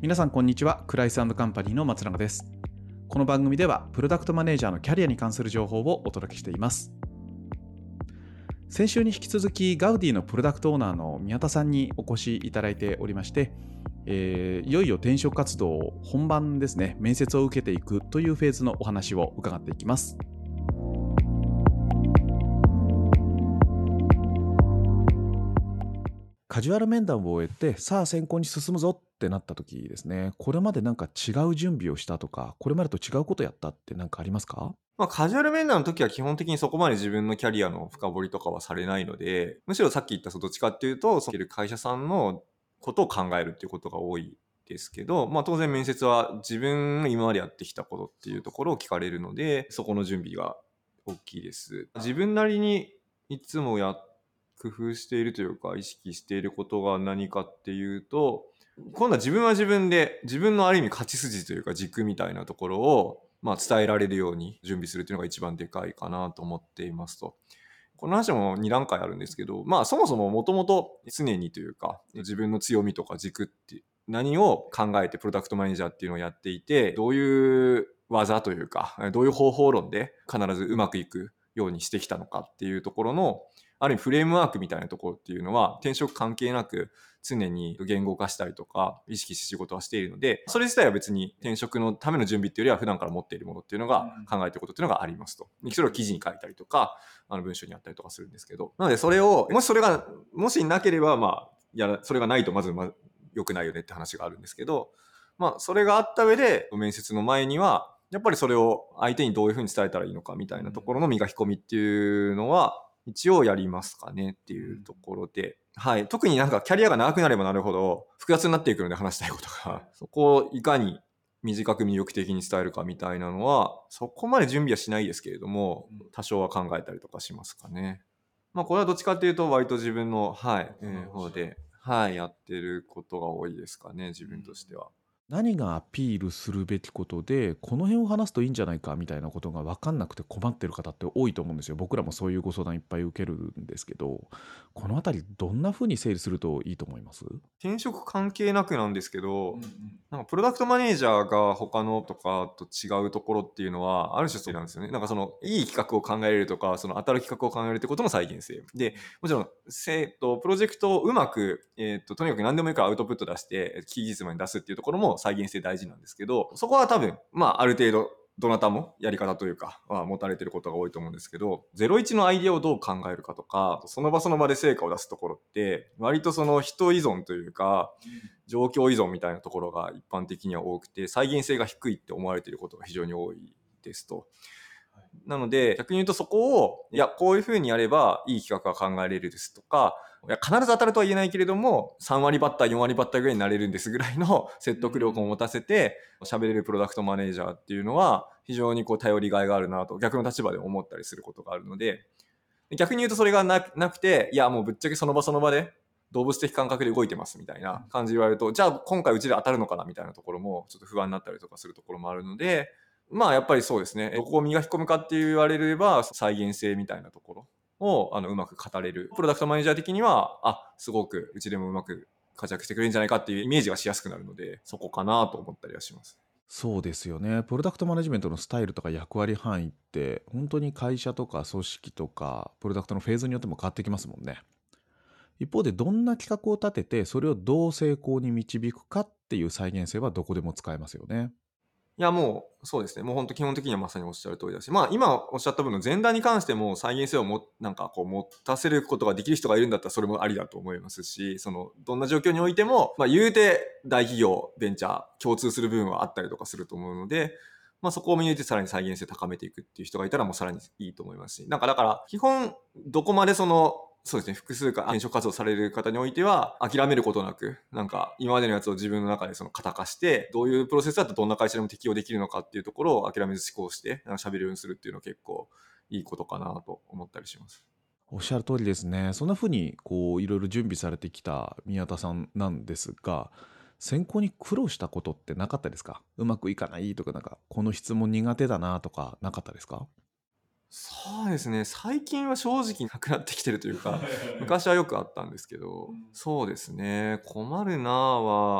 皆さんこんにちは。クライス&カンパニーの松永です。この番組ではプロダクトマネージャーのキャリアに関する情報をお届けしています。先週に引き続きガウディのプロダクトオーナーの宮田さんにお越しいただいておりまして、いよいよ転職活動本番ですね、面接を受けていくというフェーズのお話を伺っていきます。カジュアル面談を終えて、さあ選考に進むぞってなった時ですね、これまでなんか違う準備をしたとか、これまでと違うことやったって何かありますか？ カジュアル面談の時は基本的にそこまで自分のキャリアの深掘りとかはされないので、むしろさっき言ったどっちかっていうと、その会社さんのことを考えるっていうことが多いですけど、当然面接は自分が今までやってきたことっていうところを聞かれるので、そこの準備が大きいです。自分なりにいつも工夫しているというか、意識していることが何かっていうと、今度は自分は自分で、自分のある意味勝ち筋というか軸みたいなところを、伝えられるように準備するっていうのが一番でかいかなと思っていますと。この話も2段階あるんですけど、そもそももともと常にというか、自分の強みとか軸って何を考えてプロダクトマネージャーっていうのをやっていて、どういう技というか、どういう方法論で必ずうまくいくようにしてきたのかっていうところの、ある意味フレームワークみたいなところっていうのは、転職関係なく常に言語化したりとか、意識して仕事はしているので、それ自体は別に転職のための準備っていうよりは普段から持っているものっていうのが、考えていることっていうのがありますと。それを記事に書いたりとか、文章にあったりとかするんですけど。なのでそれを、もしなければ、それがないとまず良くないよねって話があるんですけど、それがあった上で、面接の前には、やっぱりそれを相手にどういうふうに伝えたらいいのかみたいなところの磨き込みっていうのは、一応やりますかねっていうところで、はい。特になんかキャリアが長くなればなるほど複雑になっていくので話したいことが、そこをいかに短く魅力的に伝えるかみたいなのは、そこまで準備はしないですけれども、多少は考えたりとかしますかね。これはどっちかっていうと割と自分の、はい、方で、はい、やってることが多いですかね、自分としては。 何がアピールするべきことで、この辺を話すといいんじゃないかみたいなことが分かんなくて困ってる方って多いと思うんですよ。僕らもそういうご相談いっぱい受けるんですけど、このあたりどんな風に整理するといいと思います？ 転職関係なくなんですけど、なんかプロダクトマネージャーが他のとかと違うところっていうのは、ある種そうなんですよね。なんかその、いい企画を考えれるとか、その当たる企画を考えるってことの再現性。で、もちろん、プロジェクトをうまく、とにかく何でもいいからアウトプット出して、期日まで出すっていうところも再現性大事なんですけど、そこは多分、ある程度、どなたもやり方というか、持たれてることが多いと思うんですけど、01のアイディアをどう考えるかとか、その場その場で成果を出すところって、割とその人依存というか、状況依存みたいなところが一般的には多くて、再現性が低いって思われていることが非常に多いですと。なので、逆に言うとそこを、いや、こういうふうにやればいい企画が考えれるですとか、いや、必ず当たるとは言えないけれども、3割バッター、4割バッターぐらいになれるんですぐらいの説得力を持たせて、喋れるプロダクトマネージャーっていうのは、非常にこう頼りがいがあるなと、逆の立場で思ったりすることがあるので、逆に言うとそれがなくて、いや、もうぶっちゃけその場その場で、動物的感覚で動いてますみたいな感じで言われると、じゃあ今回うちで当たるのかなみたいなところもちょっと不安になったりとかするところもあるので、やっぱりそうですね、どこを磨き込むかって言われれば、再現性みたいなところをうまく語れる。プロダクトマネージャー的には、すごくうちでもうまく活躍してくれるんじゃないかっていうイメージがしやすくなるので、そこかなと思ったりはします。 そうですよね。プロダクトマネジメントのスタイルとか役割範囲って、本当に会社とか組織とか、プロダクトのフェーズによっても変わってきますもんね。一方でどんな企画を立てて、それをどう成功に導くかっていう再現性はどこでも使えますよね。 いや、もう、そうですね。もう本当基本的にはまさにおっしゃる通りだし、今おっしゃった分の前段に関しても再現性をなんかこう持たせることができる人がいるんだったらそれもありだと思いますし、その、どんな状況においても、言うて大企業、ベンチャー、共通する部分はあったりとかすると思うので、そこを見抜いてさらに再現性高めていくっていう人がいたらもうさらにいいと思いますし、なんかだから、基本、どこまでその、そうですね、複数か転職活動される方においては、諦めることなく、なんか、今までのやつを自分の中でその型化して、どういうプロセスだとどんな会社でも適用できるのかっていうところを諦めず思考して、喋るようにするっていうのは結構いいことかなと思ったりします。 おっしゃる通りですね。そんな風にこういろいろ準備されてきた宮田さんなんですが、選考に苦労したことってなかったですか？うまくいかないとか、なんかこの質問苦手だなとかなかったですか？ そうですね。最近は正直なくなってきてるというか、昔はよくあったんですけど、そうですね。困るなぁは、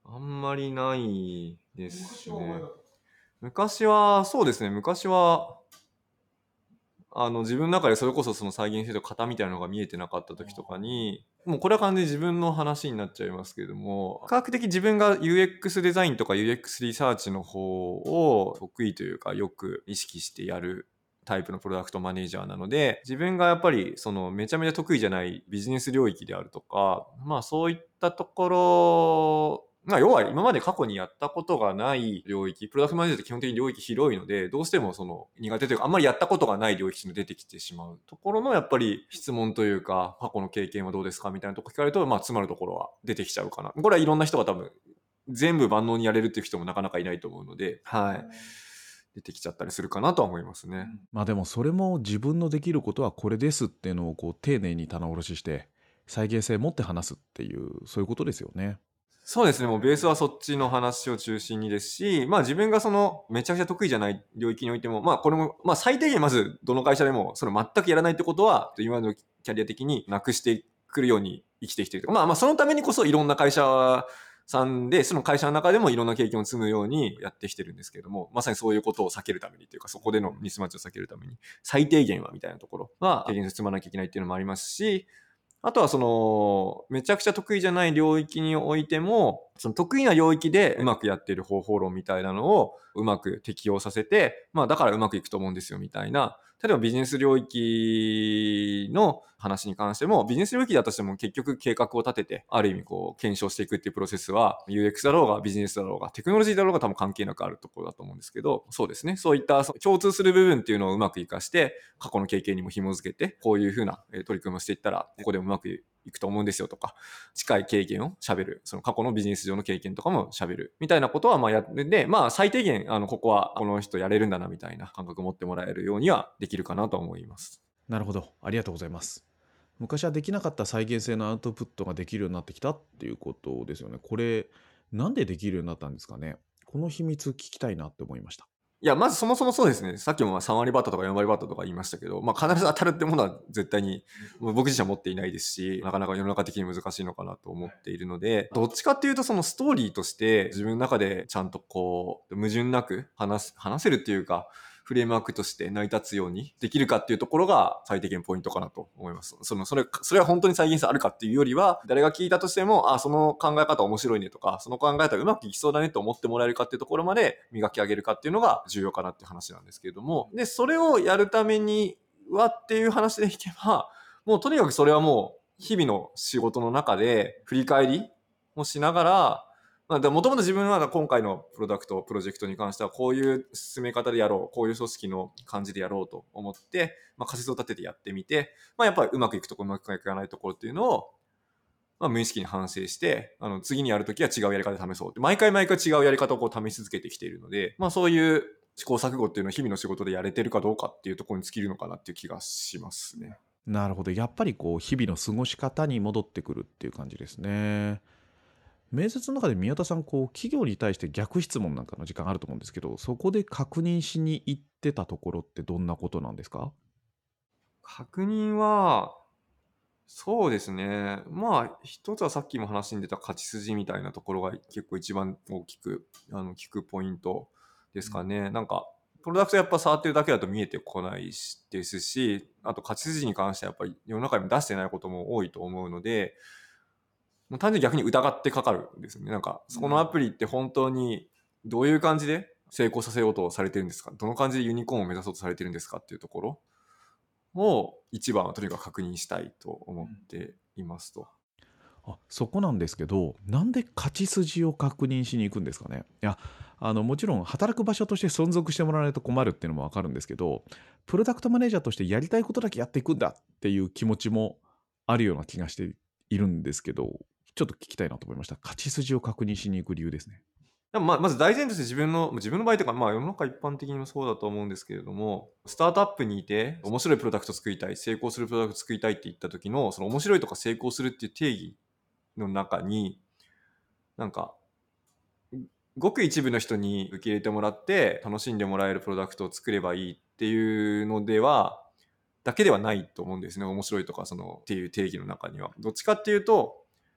あんまりないですね。昔は、そうですね、昔は、自分の中でそれこそその再現性と型みたいなのが見えてなかった時とかに、もうこれは完全に自分の話になっちゃいますけれども、比較的自分が UX デザインとか UX リサーチの方を得意というかよく意識してやるタイプのプロダクトマネージャーなので、自分がやっぱりそのめちゃめちゃ得意じゃないビジネス領域であるとか、まあそういったところ、まあ要は今まで過去にやったことがない領域、プロダクトマネージャーって基本的に領域広いので、どうしてもその苦手というか、あんまりやったことがない領域っていうのが出てきてしまうところのやっぱり質問というか、過去の経験はどうですかみたいなとこ聞かれると、まあ詰まるところは出てきちゃうかな。これはいろんな人が多分全部万能にやれるっていう人もなかなかいないと思うので、はい。出てきちゃったりするかなとは思いますね。 まあでもそれも自分のできることはこれですっていうのをこう丁寧に棚卸しして再現性持って話すっていうそういうことですよね。 そうですね、もうベースはそっちの話を中心にですし、まあ自分がそのめちゃくちゃ得意じゃない領域においても、まあこれも、まあ最低限まずどの会社でもそれ全くやらないってことは、今のキャリア的になくしてくるように生きてきているとか、まあまあそのためにこそいろんな会社さんで、その会社の中でもいろんな経験を積むようにやってきてるんですけれども、まさにそういうことを避けるためにというか、そこでのミスマッチを避けるために、最低限はみたいなところは経験を積まなきゃいけないっていうのもありますし、あとはその、めちゃくちゃ得意じゃない領域においても、その得意な領域でうまくやっている方法論みたいなのをうまく適用させて、まあだからうまくいくと思うんですよみたいな、例えばビジネス領域の話に関しても、ビジネス領域だとしても結局計画を立てて、ある意味こう検証していくっていうプロセスは、UX だろうがビジネスだろうが、テクノロジーだろうが多分関係なくあるところだと思うんですけど、そうですね。そういった共通する部分っていうのをうまく活かして、過去の経験にも紐づけて、こういうふうな取り組みをしていったら、ここでもうまくいくと思うんですよとか、近い経験を喋る、その過去のビジネス上の経験とかも喋る、みたいなことはまあやってで、まあ最低限、ここはこの人やれるんだなみたいな感覚を持ってもらえるようにはできるかなと思います。 なるほど、ありがとうございます。昔はできなかった再現性のアウトプットができるようになってきたっていうことですよね。これなんでできるようになったんですかね。この秘密聞きたいなって思いました。 いや、まずそもそもそうですね。さっきもまあ3割バッタとか4割バッタとか言いましたけど、まあ必ず当たるってものは絶対に僕自身は持っていないですし、なかなか世の中的に難しいのかなと思っているので、どっちかっていうとそのストーリーとして自分の中でちゃんとこう、矛盾なく話せるっていうか、フレームワークとして成り立つようにできるかっていうところが最適なポイントかなと思います。それは本当に再現性あるかっていうよりは、誰が聞いたとしても、あ、その考え方面白いねとか、その考え方うまくいきそうだねと思ってもらえるかっていうところまで磨き上げるかっていうのが重要かなっていう話なんですけれども、で、それをやるためにはっていう話でいけば、もうとにかくそれはもう日々の仕事の中で振り返りもしながら、もともと自分は今回のプロジェクトに関してはこういう進め方でやろう、こういう組織の感じでやろうと思って、仮説を立ててやってみて、やっぱりうまくいくところ、うまくいかないところっていうのを、無意識に反省して、次にやるときは違うやり方で試そうって。毎回毎回違うやり方をこう試し続けてきているので、そういう試行錯誤っていうのを日々の仕事でやれてるかどうかっていうところに尽きるのかなっていう気がしますね。 なるほど。やっぱりこう日々の過ごし方に戻ってくるっていう感じですね。面接の中で宮田さん、こう企業に対して逆質問なんかの時間あると思うんですけど、そこで確認しに行ってたところってどんなことなんですか？ 確認は、そうですね。一つはさっきも話に出た勝ち筋みたいなところが結構一番大きく、聞くポイントですかね。なんか、プロダクトやっぱ触ってるだけだと見えてこないですし、あと勝ち筋に関してはやっぱり世の中にも出してないことも多いと思うので、もう単純に逆に疑ってかかるんですよね。なんか、そこのアプリって本当にどういう感じで成功させようとされてるんですか、どの感じでユニコーンを目指そうとされてるんですかっていうところを一番はとにかく確認したいと思っていますと。 そこなんですけど、なんで勝ち筋を確認しに行くんですかね。いや、もちろん働く場所として存続してもらわないと困るっていうのもわかるんですけど、プロダクトマネージャーとしてやりたいことだけやっていくんだっていう気持ちもあるような気がしているんですけど、ちょっと聞きたいなと思いました。勝ち筋を確認しに行く理由ですね。 でもまず大前提として自分の場合というか、世の中一般的にもそうだと思うんですけれども、スタートアップにいて面白いプロダクト作りたい、成功するプロダクト作りたいって言った時の、その面白いとか成功するっていう定義の中に、なんかごく一部の人に受け入れてもらって楽しんでもらえるプロダクトを作ればいいっていうのではだけではないと思うんですね。面白いとかっていう定義の中には。どっちかっていうと、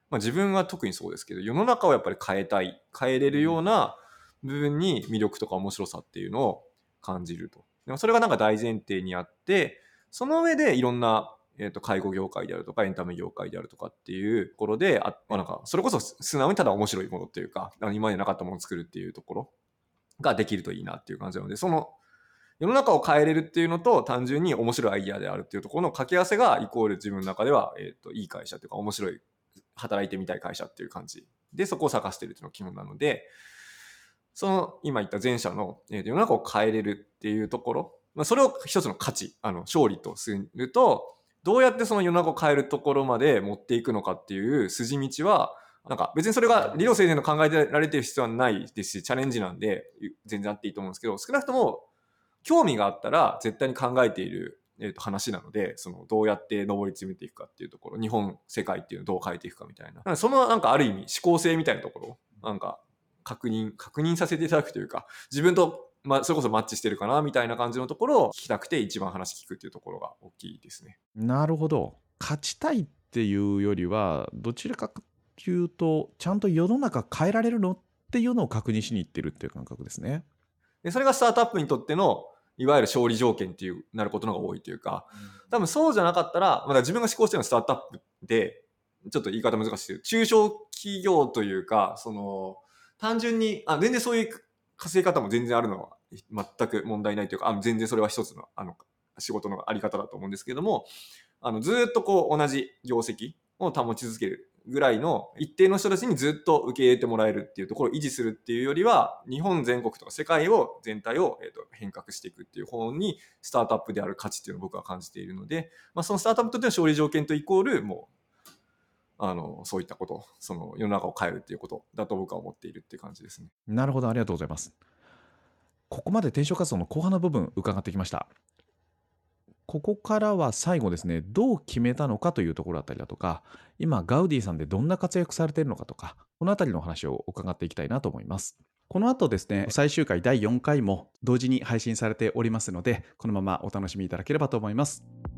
自分は特にそうですけど、世の中をやっぱり変えたい、変えれるような部分に魅力とか面白さっていうのを感じると。でもそれがなんか大前提にあって、その上でいろんな、介護業界であるとかエンタメ業界であるとかっていうところで、なんかそれこそ素直にただ面白いものっていうか、今までなかったものを作るっていうところができるといいなっていう感じなので、その世の中を変えれるっていうのと単純に面白いアイデアであるっていうところの掛け合わせがイコール自分の中では、いい会社というか面白い働いてみたい会社っていう感じで、そこを探してるっていうのが基本なので、その今言った前者の、世の中を変えれるっていうところ、それを一つの価値、勝利とすると、どうやってその世の中を変えるところまで持っていくのかっていう筋道は、なんか別にそれが理路整然の考えられてる必要はないですし、チャレンジなんで全然あっていいと思うんですけど、少なくとも興味があったら絶対に考えている、話なので、そのどうやって上り詰めていくかっていうところ、日本、世界っていうのをどう変えていくかみたいな。そのなんかある意味思考性みたいなところ、なんか確認させていただくというか、自分と、それこそマッチしてるかなみたいな感じのところを聞きたくて一番話聞くっていうところが大きいですね。 なるほど。勝ちたいっていうよりは、どちらかというと、ちゃんと世の中変えられるのっていうのを確認しに行ってるっていう感覚ですね。 で、それがスタートアップにとっての、いわゆる勝利条件っていうなることのが多いというか、多分そうじゃなかったら、自分が思考してるのはスタートアップで、ちょっと言い方難しいけど、中小企業というか、その、単純に、全然そういう稼ぎ方も全然あるのは全く問題ないというか、全然それは一つの、仕事のあり方だと思うんですけども、ずっとこう同じ業績を保ち続けるぐらいの一定の人たちにずっと受け入れてもらえるっていうところを維持するっていうよりは、日本全国とか世界を全体を変革していくっていう方にスタートアップである価値っていうのを僕は感じているので、そのスタートアップとっての勝利条件とイコールもうそういったこと、その世の中を変えるっていうことだと僕は思っているっていう感じですね。 なるほど、ありがとうございます。ここまで転職活動の後半の部分伺ってきました。ここからは最後ですね、どう決めたのかというところだったりだとか、今ガウディさんでどんな活躍されているのかとか、このあたりの話を伺っていきたいなと思います。この後ですね、最終回第4回も同時に配信されておりますので、このままお楽しみいただければと思います。